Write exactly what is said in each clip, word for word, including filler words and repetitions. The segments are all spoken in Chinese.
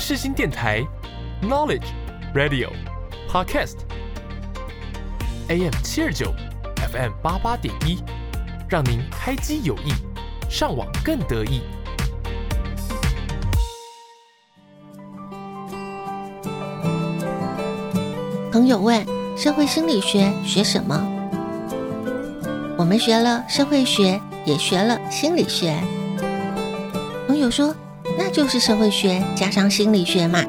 世新电台 Knowledge Radio Podcast A M 七二九 F M 八八点一，让您开机有益，上网更得意。 朋友问：社会心理学学什么？我们学了社会学，也学了心理学。朋友说：那就是社会学加上心理学嘛。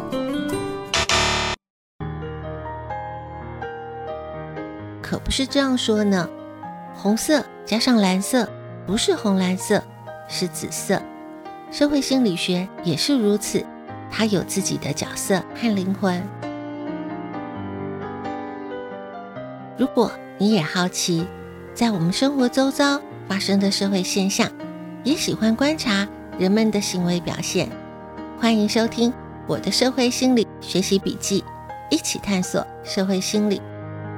可不是这样说呢。红色加上蓝色不是红蓝色，是紫色。社会心理学也是如此，它有自己的角色和灵魂。如果你也好奇在我们生活周遭发生的社会现象，也喜欢观察人们的行为表现，欢迎收听我的社会心理学习笔记，一起探索社会心理。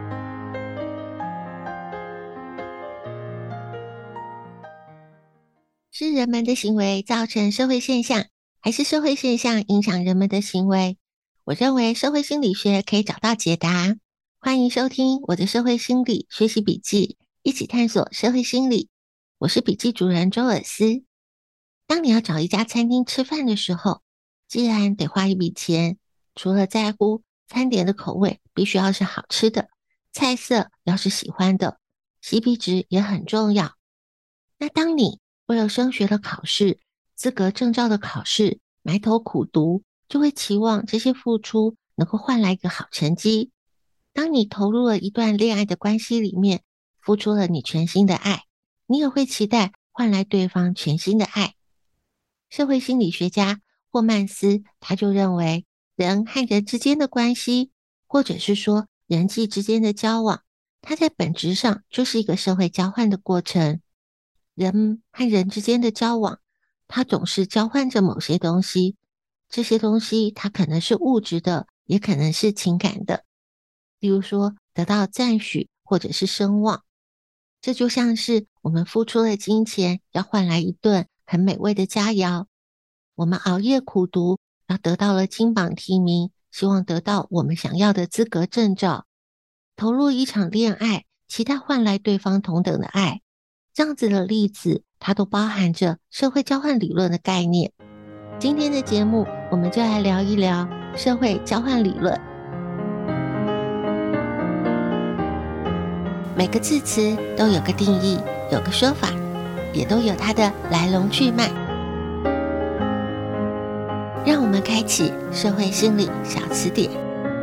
是人们的行为造成社会现象，还是社会现象影响人们的行为？我认为社会心理学可以找到解答。欢迎收听我的社会心理学习笔记，一起探索社会心理。我是笔记主人周尔斯。当你要找一家餐厅吃饭的时候，既然得花一笔钱，除了在乎餐点的口味必须要是好吃的，菜色要是喜欢的， C P 值也很重要。那当你为了升学的考试、资格证照的考试埋头苦读，就会期望这些付出能够换来一个好成绩。当你投入了一段恋爱的关系里面，付出了你全心的爱，你也会期待换来对方全心的爱。社会心理学家霍曼斯他就认为，人和人之间的关系，或者是说人际之间的交往，它在本质上就是一个社会交换的过程。人和人之间的交往，它总是交换着某些东西，这些东西它可能是物质的，也可能是情感的。例如说得到赞许或者是声望，这就像是我们付出了金钱要换来一顿很美味的佳肴，我们熬夜苦读要得到了金榜题名，希望得到我们想要的资格证照，投入一场恋爱，期待换来对方同等的爱，这样子的例子它都包含着社会交换理论的概念。今天的节目我们就来聊一聊社会交换理论。每个字词都有个定义，有个说法，也都有它的来龙去脉。让我们开启社会心理小词典。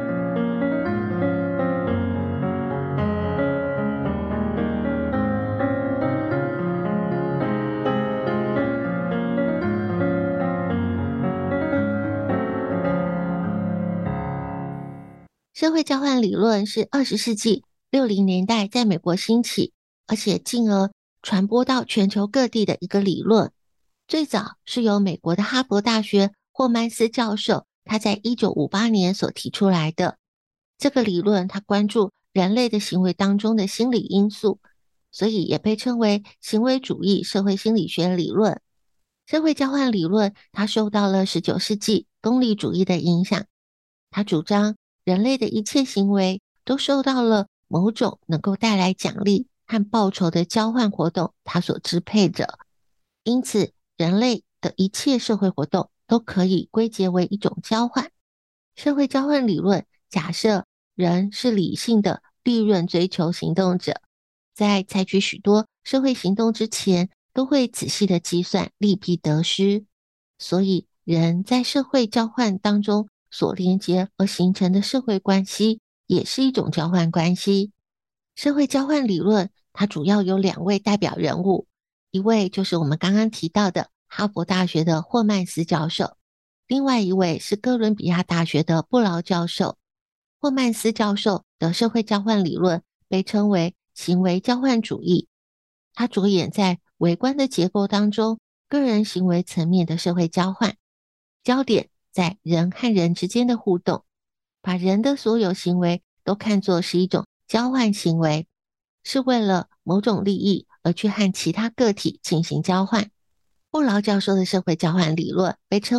社会交换理论是二十世纪六零年代在美国兴起，而且进而传播到全球各地的一个理论。最早是由美国的哈佛大学霍曼斯教授他在一九五八年所提出来的。这个理论他关注人类的行为当中的心理因素，所以也被称为行为主义社会心理学理论。社会交换理论它受到了十九世纪功利主义的影响，他主张人类的一切行为都受到了某种能够带来奖励和报酬的交换活动它所支配着，因此人类的一切社会活动都可以归结为一种交换。社会交换理论假设人是理性的利润追求行动者，在采取许多社会行动之前都会仔细的计算利弊得失，所以人在社会交换当中所连结而形成的社会关系也是一种交换关系。社会交换理论它主要有两位代表人物，一位就是我们刚刚提到的哈佛大学的霍曼斯教授，另外一位是哥伦比亚大学的布劳教授。霍曼斯教授的社会交换理论被称为行为交换主义，它着眼在微观的结构当中个人行为层面的社会交换，焦点在人和人之间的互动，把人的所有行为都看作是一种交换行为，是为了某种利益而去和其他个体进行交换。布劳教授的社会交换理论被称为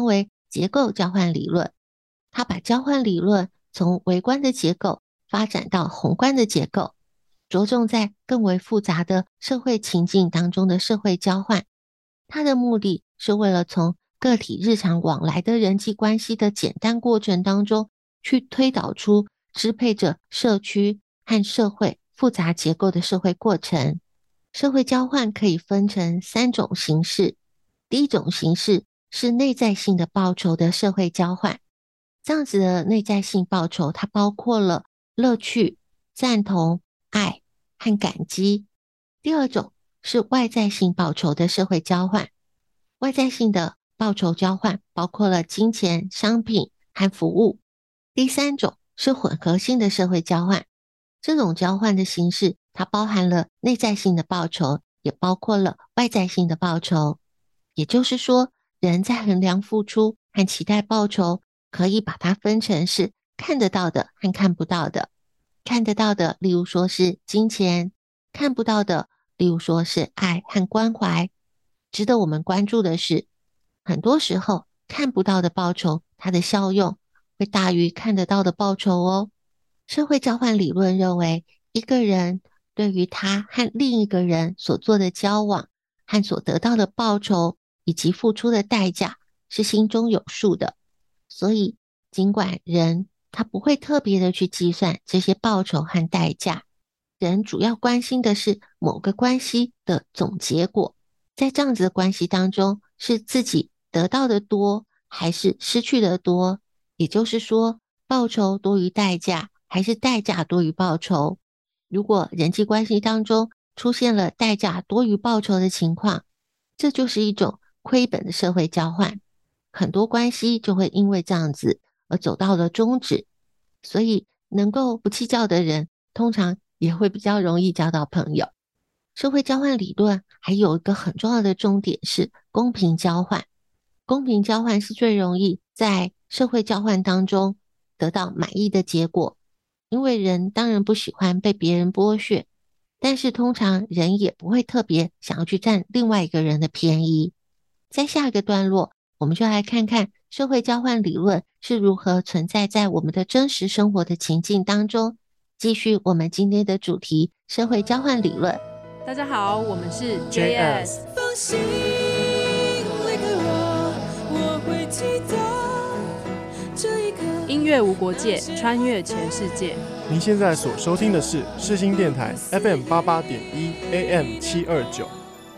结构交换理论。他把交换理论从微观的结构发展到宏观的结构，着重在更为复杂的社会情境当中的社会交换。他的目的是为了从个体日常往来的人际关系的简单过程当中，去推导出支配着社区和社会复杂结构的社会过程。社会交换可以分成三种形式。第一种形式是内在性的报酬的社会交换。这样子的内在性报酬，它包括了乐趣、赞同、爱和感激。第二种是外在性报酬的社会交换。外在性的报酬交换包括了金钱、商品和服务。第三种是混合性的社会交换。这种交换的形式，它包含了内在性的报酬，也包括了外在性的报酬。也就是说，人在衡量付出和期待报酬，可以把它分成是看得到的和看不到的。看得到的，例如说是金钱；看不到的，例如说是爱和关怀。值得我们关注的是，很多时候看不到的报酬，它的效用会大于看得到的报酬哦。社会交换理论认为，一个人对于他和另一个人所做的交往和所得到的报酬以及付出的代价是心中有数的。所以尽管人他不会特别的去计算这些报酬和代价，人主要关心的是某个关系的总结果。在这样子的关系当中，是自己得到的多还是失去的多？也就是说，报酬多于代价还是代价多于报酬？如果人际关系当中出现了代价多于报酬的情况，这就是一种亏本的社会交换。很多关系就会因为这样子而走到了终止。所以能够不计较的人，通常也会比较容易交到朋友。社会交换理论还有一个很重要的重点是公平交换。公平交换是最容易在社会交换当中得到满意的结果，因为人当然不喜欢被别人剥削，但是通常人也不会特别想要去占另外一个人的便宜。在下一个段落，我们就来看看社会交换理论是如何存在在我们的真实生活的情境当中。继续我们今天的主题，社会交换理论。 大家好，我们是 J S。 放心离开我，我会记得这一刻。 音乐无国界，穿越全世界。 您现在所收听的是世新电台 F M 八八点一 A M 七二九。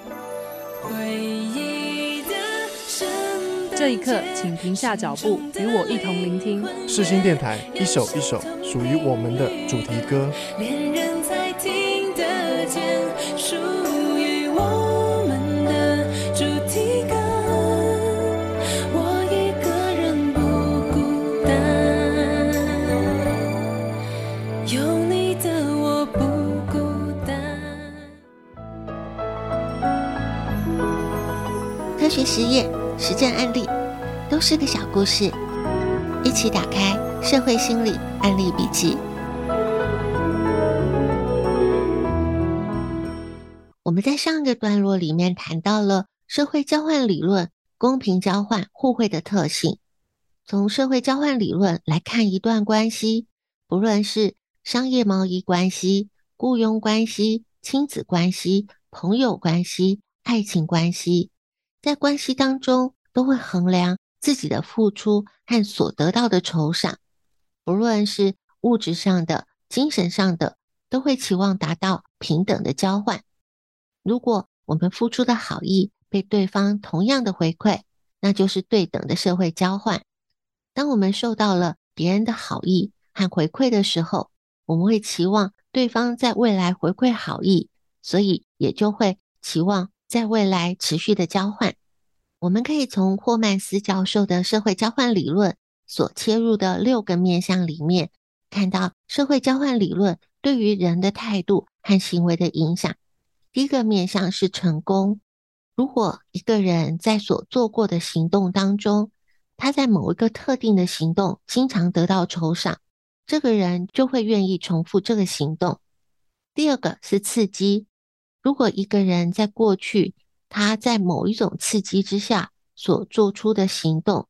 这一刻，请停下脚步，与我一同聆听世新电台一首一首属于我们的主题歌。 连人才听得见属于我们的主题歌。我一个人不孤单，有你的我不孤单。 科学实验、实证案例都是个小故事，一起打开社会心理案例笔记。我们在上个段落里面谈到了社会交换理论公平交换互惠的特性。从社会交换理论来看一段关系，不论是商业贸易关系、雇佣关系、亲子关系、朋友关系、爱情关系，在关系当中都会衡量自己的付出和所得到的酬赏，不论是物质上的、精神上的，都会期望达到平等的交换。如果我们付出的好意被对方同样的回馈，那就是对等的社会交换。当我们受到了别人的好意和回馈的时候，我们会期望对方在未来回馈好意，所以也就会期望在未来持续的交换。我们可以从霍曼斯教授的社会交换理论所切入的六个面向里面，看到社会交换理论对于人的态度和行为的影响。第一个面向是成功。如果一个人在所做过的行动当中，他在某一个特定的行动经常得到酬赏，这个人就会愿意重复这个行动。第二个是刺激。如果一个人在过去他在某一种刺激之下所做出的行动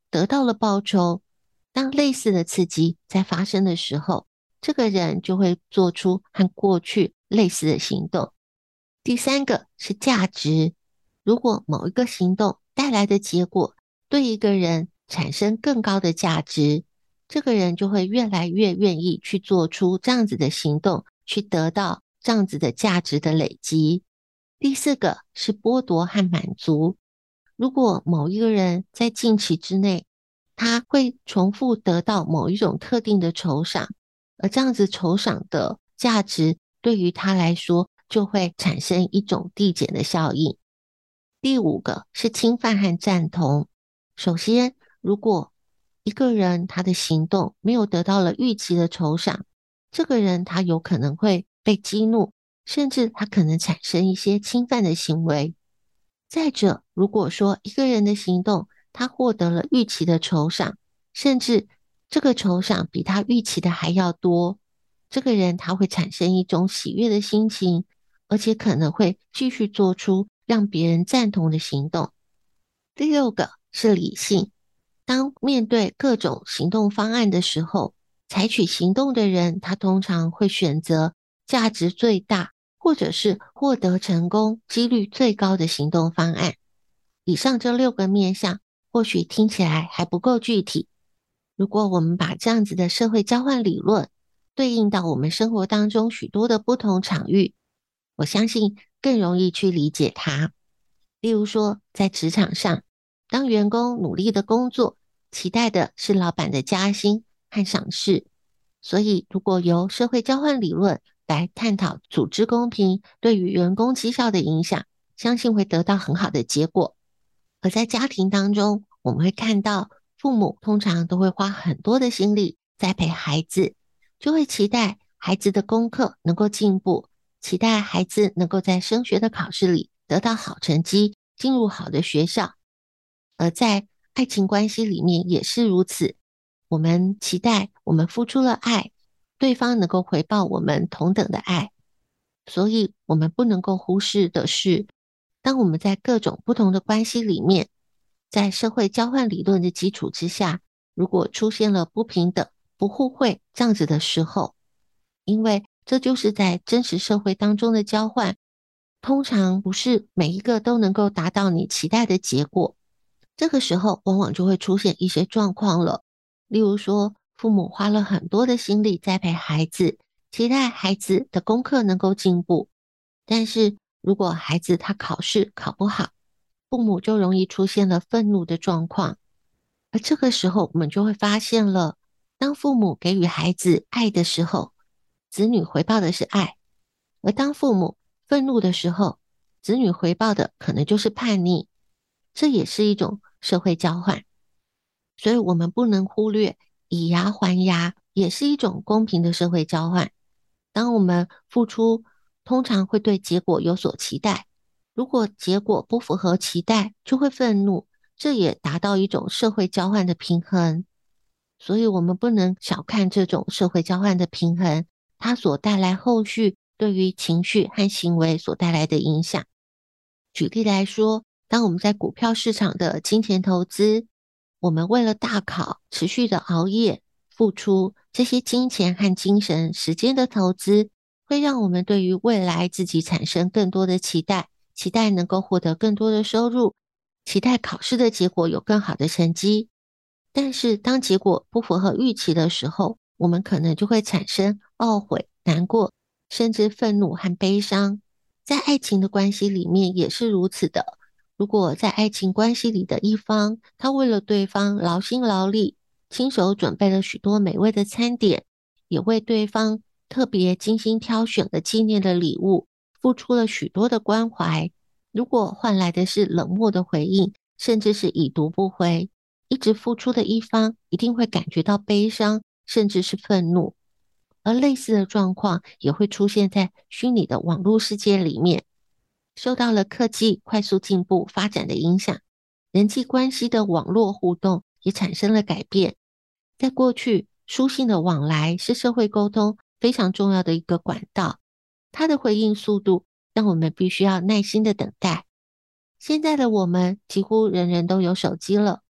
得到了报酬，当类似的刺激在发生的时候，这个人就会做出和过去类似的行动。第三个是价值，如果某一个行动带来的结果对一个人产生更高的价值，这个人就会越来越愿意去做出这样子的行动，去得到这样子的价值的累积。第四个是剥夺和满足，如果某一个人在近期之内，他会重复得到某一种特定的酬赏，而这样子酬赏的价值对于他来说就会产生一种递减的效应。第五个是侵犯和赞同，首先，如果一个人他的行动没有得到了预期的酬赏，这个人他有可能会被激怒，甚至他可能产生一些侵犯的行为。再者，如果说一个人的行动他获得了预期的酬赏，甚至这个酬赏比他预期的还要多，这个人他会产生一种喜悦的心情，而且可能会继续做出让别人赞同的行动。第六个是理性，当面对各种行动方案的时候，采取行动的人他通常会选择价值最大或者是获得成功几率最高的行动方案。以上这六个面向或许听起来还不够具体，如果我们把这样子的社会交换理论对应到我们生活当中许多的不同场域，我相信更容易去理解它。例如说，在职场上，当员工努力的工作，期待的是老板的加薪和赏识，所以如果由社会交换理论来探讨组织公平对于员工绩效的影响，相信会得到很好的结果。而在家庭当中，我们会看到父母通常都会花很多的心力栽培孩子，就会期待孩子的功课能够进步，期待孩子能够在升学的考试里得到好成绩，进入好的学校。而在爱情关系里面也是如此，我们期待我们付出了爱，对方能够回报我们同等的爱。所以我们不能够忽视的是，当我们在各种不同的关系里面，在社会交换理论的基础之下，如果出现了不平等、不互惠这样子的时候，因为这就是在真实社会当中的交换，通常不是每一个都能够达到你期待的结果。这个时候往往就会出现一些状况了，例如说，父母花了很多的心力栽培孩子，期待孩子的功课能够进步，但是如果孩子他考试考不好，父母就容易出现了愤怒的状况。而这个时候我们就会发现了，当父母给予孩子爱的时候，子女回报的是爱，而当父母愤怒的时候，子女回报的可能就是叛逆，这也是一种社会交换。所以我们不能忽略以牙还牙也是一种公平的社会交换。当我们付出，通常会对结果有所期待，如果结果不符合期待，就会愤怒，这也达到一种社会交换的平衡。所以我们不能小看这种社会交换的平衡，它所带来后续对于情绪和行为所带来的影响。举例来说，当我们在股票市场的金钱投资，我们为了大考持续的熬夜付出，这些金钱和精神时间的投资，会让我们对于未来自己产生更多的期待，期待能够获得更多的收入，期待考试的结果有更好的成绩。但是当结果不符合预期的时候，我们可能就会产生懊悔、难过，甚至愤怒和悲伤。在爱情的关系里面也是如此的。如果在爱情关系里的一方，他为了对方劳心劳力，亲手准备了许多美味的餐点，也为对方特别精心挑选了纪念的礼物，付出了许多的关怀，如果换来的是冷漠的回应，甚至是已读不回，一直付出的一方一定会感觉到悲伤，甚至是愤怒。而类似的状况也会出现在虚拟的网络世界里面。受到了科技快速进步发展的影响，人际关系的网络互动也产生了改变。在过去，书信的往来是社会沟通非常重要的一个管道，它的回应速度让我们必须要耐心的等待。现在的我们几乎人人都有手机了，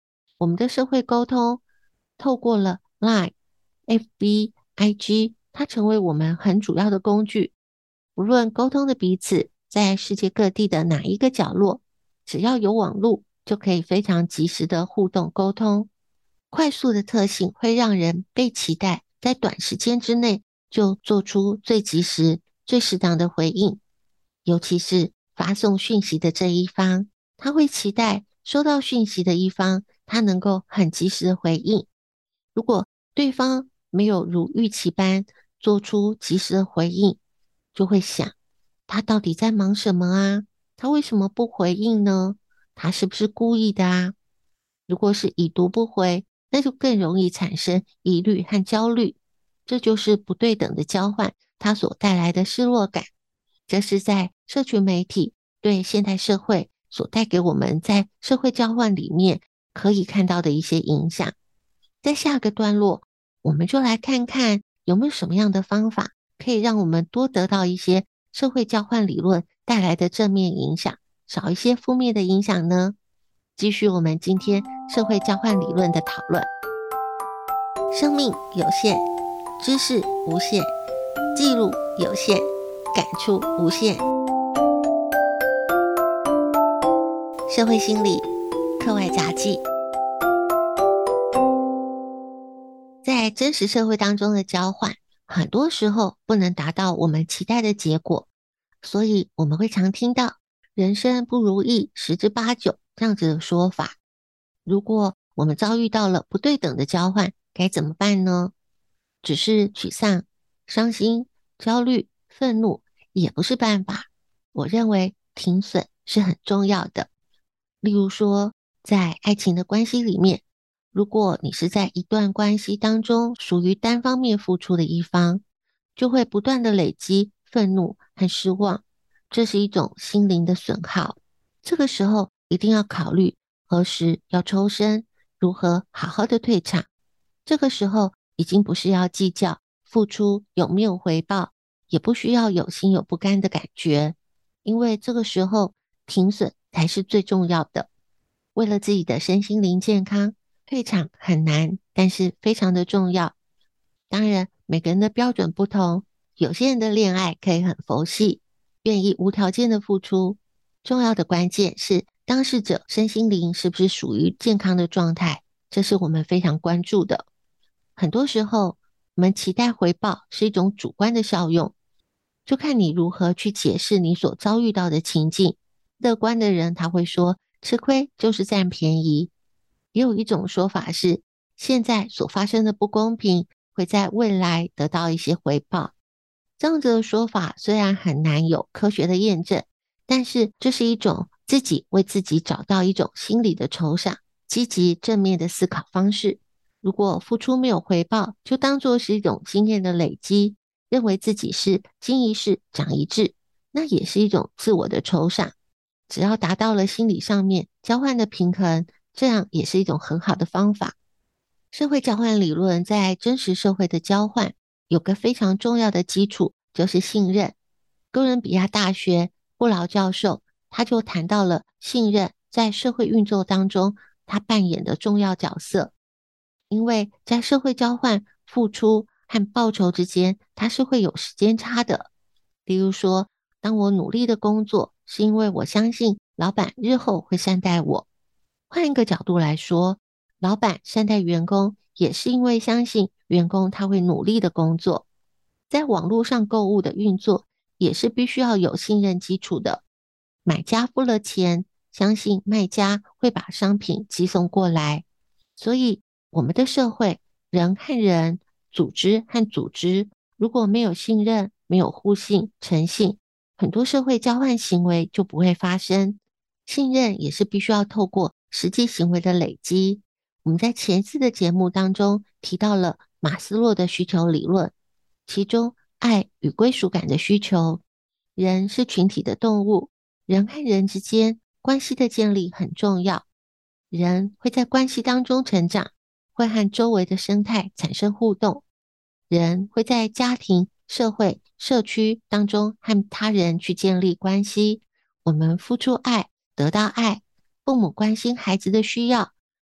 我们的社会沟通透过了 Line、F B、I G， 它成为我们很主要的工具。无论沟通的彼此在世界各地的哪一个角落，只要有网络，就可以非常及时的互动沟通。快速的特性会让人被期待在短时间之内就做出最及时、最适当的回应。尤其是发送讯息的这一方，他会期待收到讯息的一方，他能够很及时的回应。如果对方没有如预期般做出及时的回应，就会想，他到底在忙什么啊？他为什么不回应呢？他是不是故意的啊？如果是已读不回，那就更容易产生疑虑和焦虑。这就是不对等的交换，它所带来的失落感。这是在社群媒体对现代社会所带给我们在社会交换里面可以看到的一些影响。在下个段落，我们就来看看有没有什么样的方法可以让我们多得到一些社会交换理论带来的正面影响，少一些负面的影响呢？继续我们今天社会交换理论的讨论。生命有限，知识无限，记录有限，感触无限。社会心理课外杂记。在真实社会当中的交换，很多时候不能达到我们期待的结果，所以我们会常听到人生不如意十之八九这样子的说法。如果我们遭遇到了不对等的交换，该怎么办呢？只是沮丧、伤心、焦虑、愤怒也不是办法。我认为停损是很重要的。例如说，在爱情的关系里面，如果你是在一段关系当中属于单方面付出的一方，就会不断的累积愤怒和失望，这是一种心灵的损耗。这个时候一定要考虑何时要抽身，如何好好的退场。这个时候已经不是要计较付出有没有回报，也不需要有心有不甘的感觉，因为这个时候停损才是最重要的。为了自己的身心灵健康，退场很难，但是非常的重要。当然，每个人的标准不同，有些人的恋爱可以很佛系，愿意无条件的付出。重要的关键是当事者身心灵是不是属于健康的状态，这是我们非常关注的。很多时候，我们期待回报是一种主观的效用，就看你如何去解释你所遭遇到的情境。乐观的人他会说，吃亏就是占便宜。也有一种说法是，现在所发生的不公平会在未来得到一些回报。这样子的说法虽然很难有科学的验证，但是这是一种自己为自己找到一种心理的酬赏，积极正面的思考方式。如果付出没有回报，就当作是一种经验的累积，认为自己是经一事长一智，那也是一种自我的酬赏。只要达到了心理上面交换的平衡，这样也是一种很好的方法。社会交换理论在真实社会的交换有个非常重要的基础，就是信任。哥伦比亚大学布劳教授他就谈到了信任在社会运作当中他扮演的重要角色。因为在社会交换付出和报酬之间，它是会有时间差的。例如说，当我努力的工作，是因为我相信老板日后会善待我。换一个角度来说，老板善待员工，也是因为相信员工他会努力的工作。在网络上购物的运作，也是必须要有信任基础的。买家付了钱，相信卖家会把商品寄送过来。所以我们的社会，人和人，组织和组织，如果没有信任，没有互信、诚信，很多社会交换行为就不会发生。信任也是必须要透过实际行为的累积。我们在前次的节目当中提到了马斯洛的需求理论，其中爱与归属感的需求。人是群体的动物，人和人之间关系的建立很重要。人会在关系当中成长，会和周围的生态产生互动。人会在家庭、社会、社区当中和他人去建立关系。我们付出爱，得到爱。父母关心孩子的需要，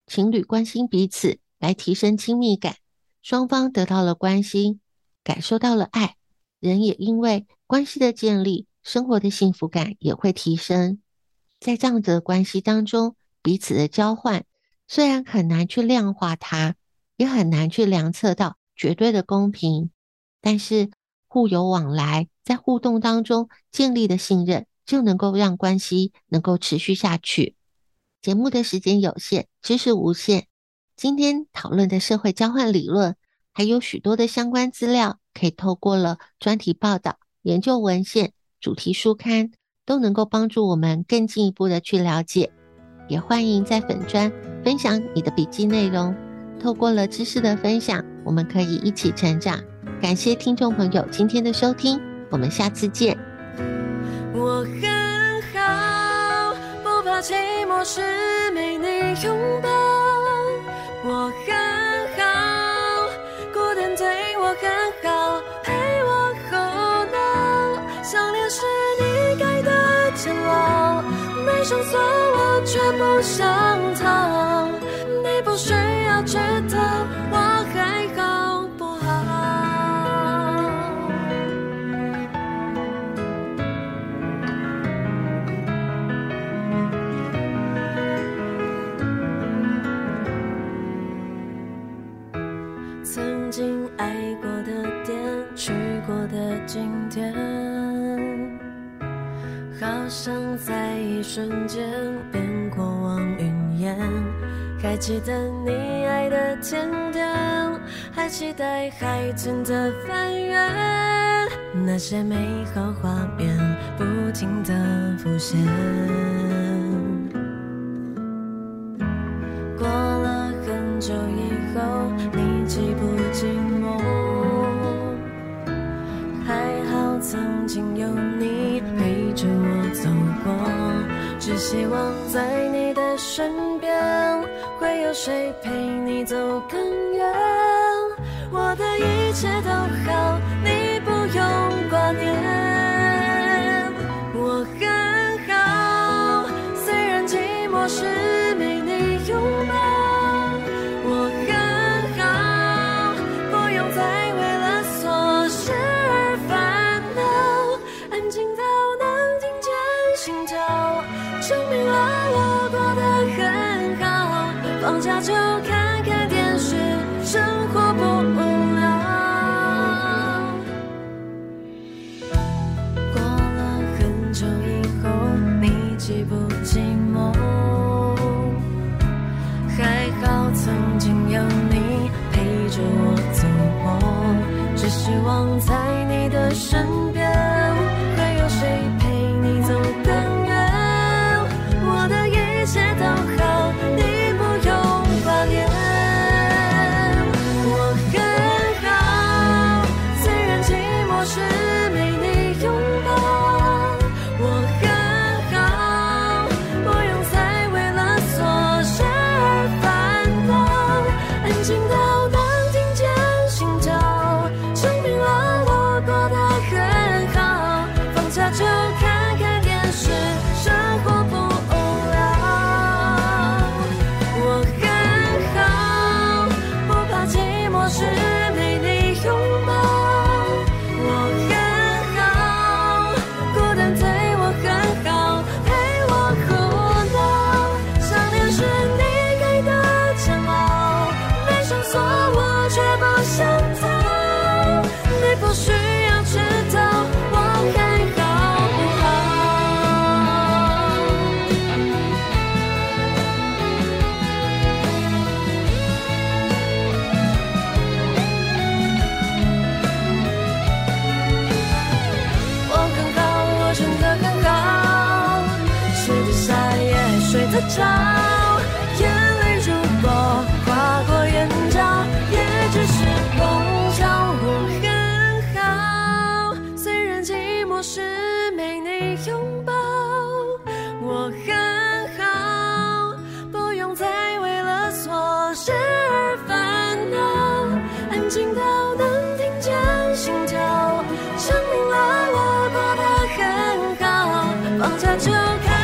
情侣关心彼此来提升亲密感，双方得到了关心，感受到了爱，人也因为关系的建立，生活的幸福感也会提升。在这样子的关系当中，彼此的交换虽然很难去量化它，也很难去量测到绝对的公平，但是互有往来，在互动当中建立的信任，就能够让关系能够持续下去。节目的时间有限，知识无限，今天讨论的社会交换理论还有许多的相关资料，可以透过了专题报道、研究文献、主题书刊，都能够帮助我们更进一步的去了解。也欢迎在粉专分享你的笔记内容，透过了知识的分享，我们可以一起成长。感谢听众朋友今天的收听，我们下次见。 我很好，不怕寂寞是没你拥抱。我很好，孤单对我很好，陪我后脑。想念是你给的煎熬，没上锁我却不想逃。你不需要知道我还好不好。曾经爱过的店，去过的景点，好像在一瞬间变过往云烟。还记得你爱的甜点，还期待海豚的翻越，那些美好画面不停地浮现。过了很久以后，你寂不寂寞？还好曾经有你陪着我走过，只希望在你的身边，会有谁陪你走更远。我的一切都好，你不用挂念。我很好，虽然寂寞是没你拥抱。我很好，不用再为了琐事而烦恼，安静到能听见心跳，证明了我过得很好。放假就看看电视，生活不无聊。过了很久以后，你寂不寂寞？还好曾经有你陪着我走过，只希望在你的身边，会有谁陪你走更远。我的一切都好，你不用挂念。我很好，虽然寂寞是没你拥抱。我很好，不用再为了琐事而烦恼，安静到能听见心跳，证明了我过得很好。放假就看看电视，生活不无聊。我很好，不怕寂寞是没你拥抱。我很好，孤单对我很好，陪我胡闹。想念是你给的煎熬，没上锁我却不想逃。你不需要知道我还好不好。我很好，我真的很好，吃得下也睡得着，眼泪如果划过眼角，也只是碰巧。我很好，虽然寂寞是没你拥抱。我很好，不用再为了琐事而烦恼，安静到能听见心跳，证明了我过得很好。放假就看